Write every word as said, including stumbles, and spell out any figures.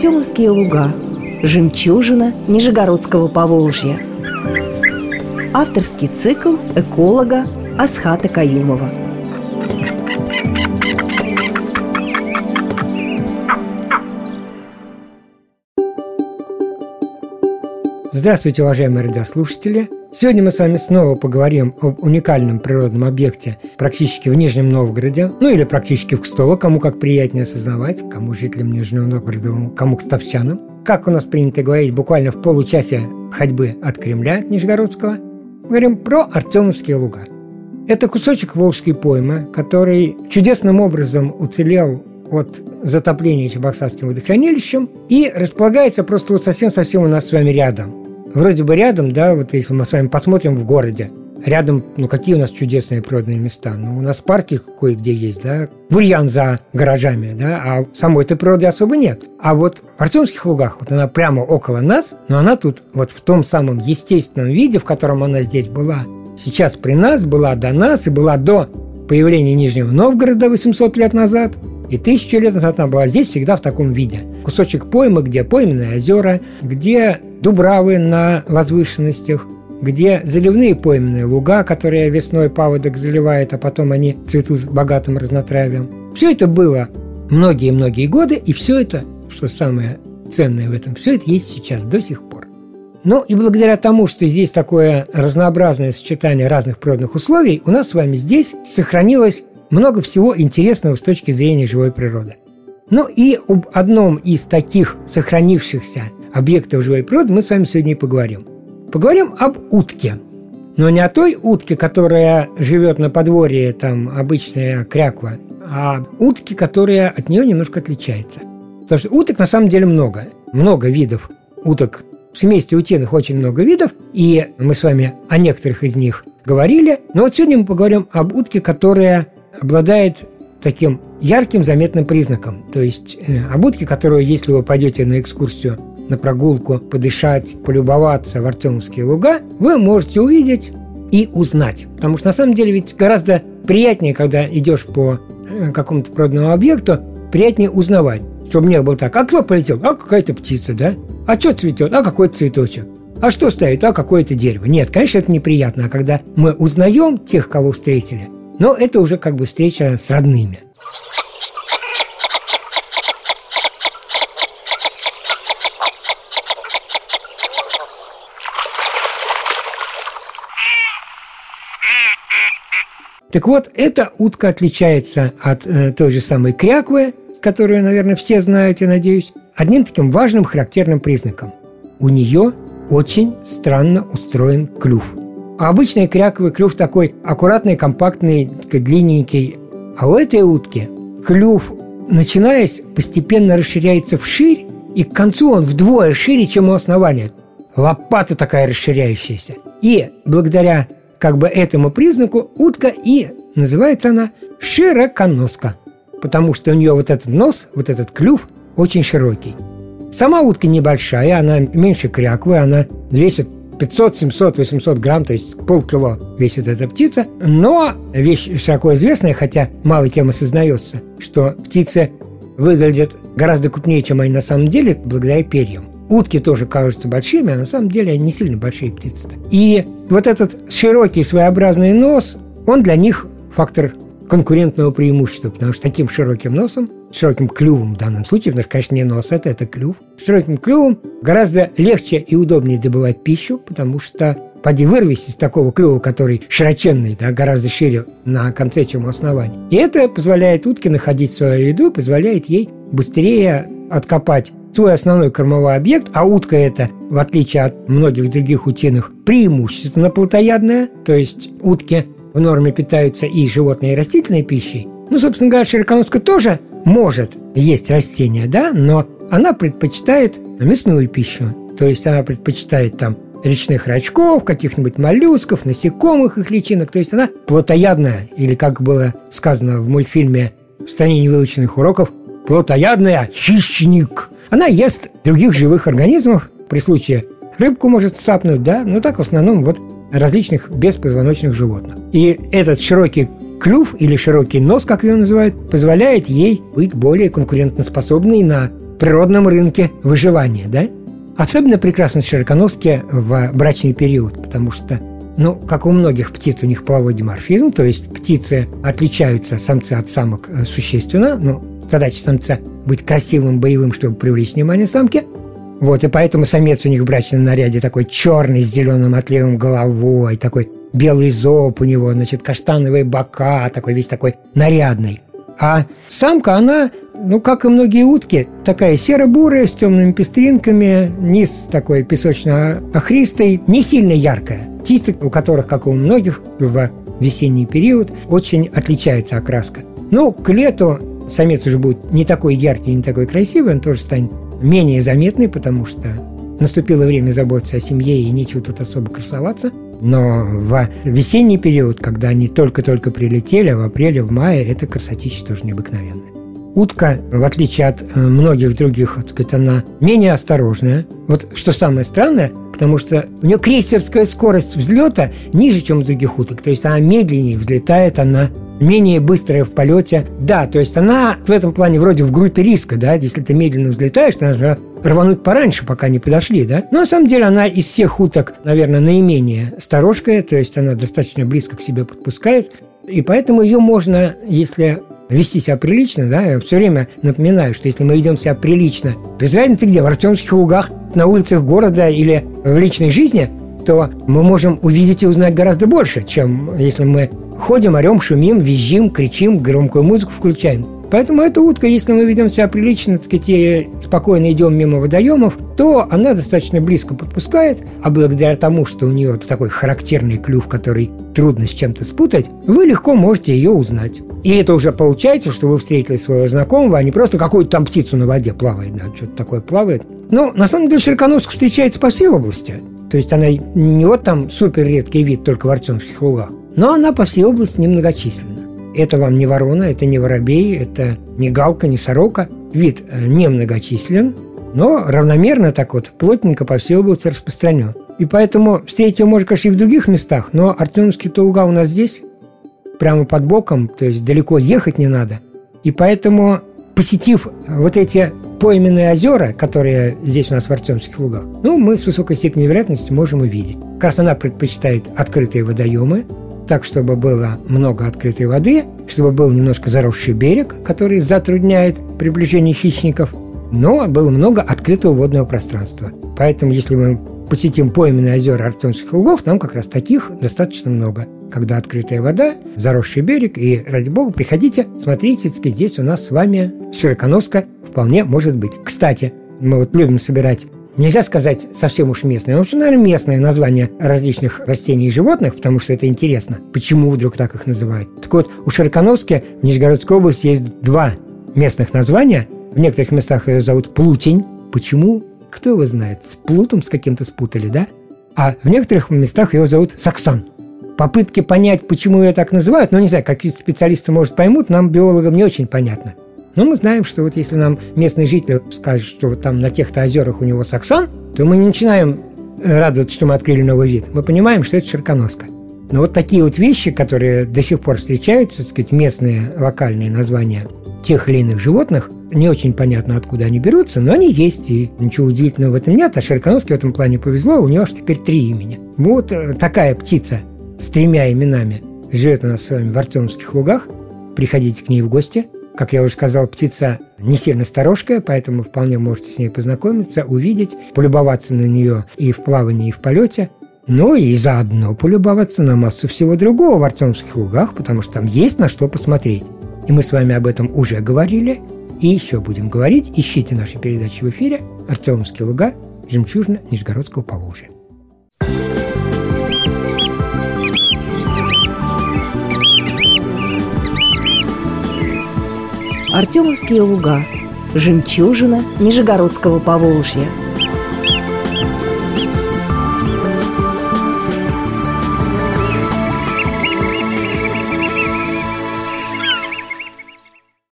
Артемовские луга. Жемчужина Нижегородского Поволжья. Авторский цикл эколога Асхата Каюмова. Здравствуйте, уважаемые радиослушатели! Сегодня мы с вами снова поговорим об уникальном природном объекте практически в Нижнем Новгороде, ну или практически в Кстово, кому как приятнее осознавать, кому жителям Нижнего Новгорода, кому кстовчанам. Как у нас принято говорить, буквально в получасе ходьбы от Кремля, от Нижегородского, говорим про Артемовские луга. Это кусочек Волжской поймы, который чудесным образом уцелел от затопления Чебоксарским водохранилищем и располагается просто вот совсем-совсем у нас с вами рядом. Вроде бы рядом, да, вот если мы с вами посмотрим в городе, рядом, ну, какие у нас чудесные природные места. Ну, у нас парки кое-где есть, да, бурьян за гаражами, да, а самой-то природы особо нет. А вот в Артемовских лугах, вот она прямо около нас, но она тут вот в том самом естественном виде, в котором она здесь была, сейчас при нас, была до нас и была до появления Нижнего Новгорода восемьсот лет назад, и тысячу лет назад она была здесь всегда в таком виде. Кусочек поймы, где пойменные озера, где дубравы на возвышенностях, где заливные пойменные луга, которые весной паводок заливает, а потом они цветут богатым разнотравием. Все это было многие-многие годы, и все это, что самое ценное в этом, все это есть сейчас до сих пор. Ну и благодаря тому, что здесь такое разнообразное сочетание разных природных условий, у нас с вами здесь сохранилось много всего интересного с точки зрения живой природы. Ну и об одном из таких сохранившихся объектов живой природы мы с вами сегодня и поговорим. Поговорим об утке. Но не о той утке, которая живет на подворье, там обычная кряква, а утке, которая от нее немножко отличается. Потому что уток на самом деле много. Много видов уток. В семействе утиных очень много видов, и мы с вами о некоторых из них говорили. Но вот сегодня мы поговорим об утке, которая обладает таким ярким заметным признаком. То есть э, об утке, которую, если вы пойдете на экскурсию, на прогулку, подышать, полюбоваться в Артемовские луга, вы можете увидеть и узнать. Потому что на самом деле ведь гораздо приятнее, когда идешь по э, какому-то природному объекту, приятнее узнавать. Чтобы не было так: а кто полетел? А какая-то птица, да? А что цветет? А какой цветочек? А что стоит? А какое-то дерево? Нет, конечно, это неприятно. А когда мы узнаем тех, кого встретили, но это уже как бы встреча с родными. Так вот, эта утка отличается от э, той же самой кряквы, которую, наверное, все знают, я надеюсь, одним таким важным характерным признаком. У нее очень странно устроен клюв. А обычный кряковый клюв такой аккуратный, компактный, такой длинненький. А у этой утки клюв, начинаясь, постепенно расширяется вширь, и к концу он вдвое шире, чем у основания. Лопата такая расширяющаяся. И благодаря как бы этому признаку утка и называется она широконоска, потому что у нее вот этот нос, вот этот клюв очень широкий. Сама утка небольшая, она меньше кряквы, она весит пятьсот, семьсот, восемьсот грамм, то есть полкило весит эта птица. Но вещь широко известная, хотя мало кем осознается, что птицы выглядят гораздо крупнее, чем они на самом деле, благодаря перьям. Утки тоже кажутся большими, а на самом деле они не сильно большие птицы. И вот этот широкий своеобразный нос, он для них фактор конкурентного преимущества, потому что таким широким носом, широким клювом в данном случае, потому что, конечно, не нос, это, это клюв, широким клювом гораздо легче и удобнее добывать пищу, потому что поди вырвись из такого клюва, который широченный, да, гораздо шире на конце, чем у основания. И это позволяет утке находить свою еду, позволяет ей быстрее откопать свой основной кормовой объект, а утка это, в отличие от многих других утиных, преимущественно плотоядная, то есть утки в норме питаются и животной, и растительной пищей. Ну, собственно говоря, широконоска тоже может есть растения, да, но она предпочитает мясную пищу. То есть она предпочитает там речных рачков, каких-нибудь моллюсков, насекомых, их личинок. То есть она плотоядная, или, как было сказано в мультфильме «В стране невыученных уроков», плотоядная хищник. Она ест других живых организмов, при случае рыбку может сапнуть, да, но так в основном вот различных беспозвоночных животных. И этот широкий клюв или широкий нос, как его называют, позволяет ей быть более конкурентоспособной на природном рынке выживания, да? Особенно прекрасны широконоски в брачный период, потому что, ну, как у многих птиц, у них половой диморфизм, то есть птицы отличаются, самцы от самок, существенно. Ну, задача самца – быть красивым, боевым, чтобы привлечь внимание самки. Вот, и поэтому самец у них в брачном наряде такой черный, с зеленым отливом головой, такой белый зоб у него, значит, каштановые бока, такой весь такой нарядный. А самка, она, ну, как и многие утки, такая серо-бурая, с темными пестринками, низ такой песочно-охристый, не сильно яркая. Птицы, у которых, как и у многих, в весенний период очень отличается окраска. Ну, к лету самец уже будет не такой яркий, не такой красивый, он тоже станет менее заметный, потому что наступило время заботиться о семье и нечего тут особо красоваться. Но в весенний период, когда они только-только прилетели, в апреле, в мае, это красотища тоже необыкновенная. Утка, в отличие от многих других, так сказать, она менее осторожная. Вот что самое странное, потому что у нее крейсерская скорость взлета ниже, чем у других уток. То есть она медленнее взлетает, она менее быстрая в полете. Да, то есть она в этом плане вроде в группе риска, да, если ты медленно взлетаешь, то нужно рвануть пораньше, пока не подошли, да. Но на самом деле она из всех уток, наверное, наименее сторожкая, то есть она достаточно близко к себе подпускает. И поэтому ее можно, если вести себя прилично, да, я все время напоминаю, что если мы ведем себя прилично, без разницы где, в Артемских лугах, на улицах города или в личной жизни, то мы можем увидеть и узнать гораздо больше, чем если мы ходим, орем, шумим, визжим, кричим, громкую музыку включаем. Поэтому эта утка, если мы ведем себя прилично, так сказать, и спокойно идем мимо водоемов, то она достаточно близко подпускает, а благодаря тому, что у нее такой характерный клюв, который трудно с чем-то спутать, вы легко можете ее узнать. И это уже получается, что вы встретили своего знакомого, а не просто какую-то там птицу на воде плавает, да, что-то такое плавает. Ну, на самом деле, широконоска встречается по всей области. То есть она не вот там супер редкий вид только в Артемских лугах, но она по всей области немногочисленна. Это вам не ворона, это не воробей, это не галка, не сорока. Вид немногочислен, но равномерно так вот, плотненько по всей области распространен. И поэтому встретить его можно, конечно, и в других местах, но Артемские-то луга у нас здесь, прямо под боком, то есть далеко ехать не надо. И поэтому, посетив вот эти пойменные озера, которые здесь у нас в Артемских лугах, ну, мы с высокой степенью вероятности можем увидеть. Как раз она предпочитает открытые водоемы, так, чтобы было много открытой воды, чтобы был немножко заросший берег, который затрудняет приближение хищников, но было много открытого водного пространства. Поэтому, если мы посетим пойменные озера Артемских лугов, там как раз таких достаточно много. Когда открытая вода, заросший берег, и, ради бога, приходите, смотрите, здесь у нас с вами широконоска вполне может быть. Кстати, мы вот любим собирать, нельзя сказать совсем уж местное, но, наверное, местное название различных растений и животных, потому что это интересно, почему вдруг так их называют. Так вот, у широконоски в Нижегородской области есть два местных названия. В некоторых местах ее зовут плутень. Почему? Кто его знает? С плутом с каким-то спутали, да? А в некоторых местах ее зовут саксан. Попытки понять, почему ее так называют, ну, не знаю, какие специалисты, может, поймут, нам, биологам, не очень понятно. Но мы знаем, что вот если нам местный житель скажет, что вот там на тех-то озерах у него саксан, то мы не начинаем радоваться, что мы открыли новый вид. Мы понимаем, что это широконоска. Но вот такие вот вещи, которые до сих пор встречаются, так сказать, местные локальные названия тех или иных животных, не очень понятно, откуда они берутся, но они есть, и ничего удивительного в этом нет. А широконоске в этом плане повезло, у него аж теперь три имени. Вот такая птица с тремя именами живет у нас с вами в Артемских лугах. Приходите к ней в гости. Как я уже сказал, птица не сильно сторожкая, поэтому вполне можете с ней познакомиться, увидеть, полюбоваться на нее и в плавании, и в полете. Ну и заодно полюбоваться на массу всего другого в Артемских лугах, потому что там есть на что посмотреть. И мы с вами об этом уже говорили, и еще будем говорить. Ищите наши передачи в эфире. Артемские луга, жемчужина Нижегородского Поволжья. Артемовские луга, жемчужина Нижегородского Поволжья.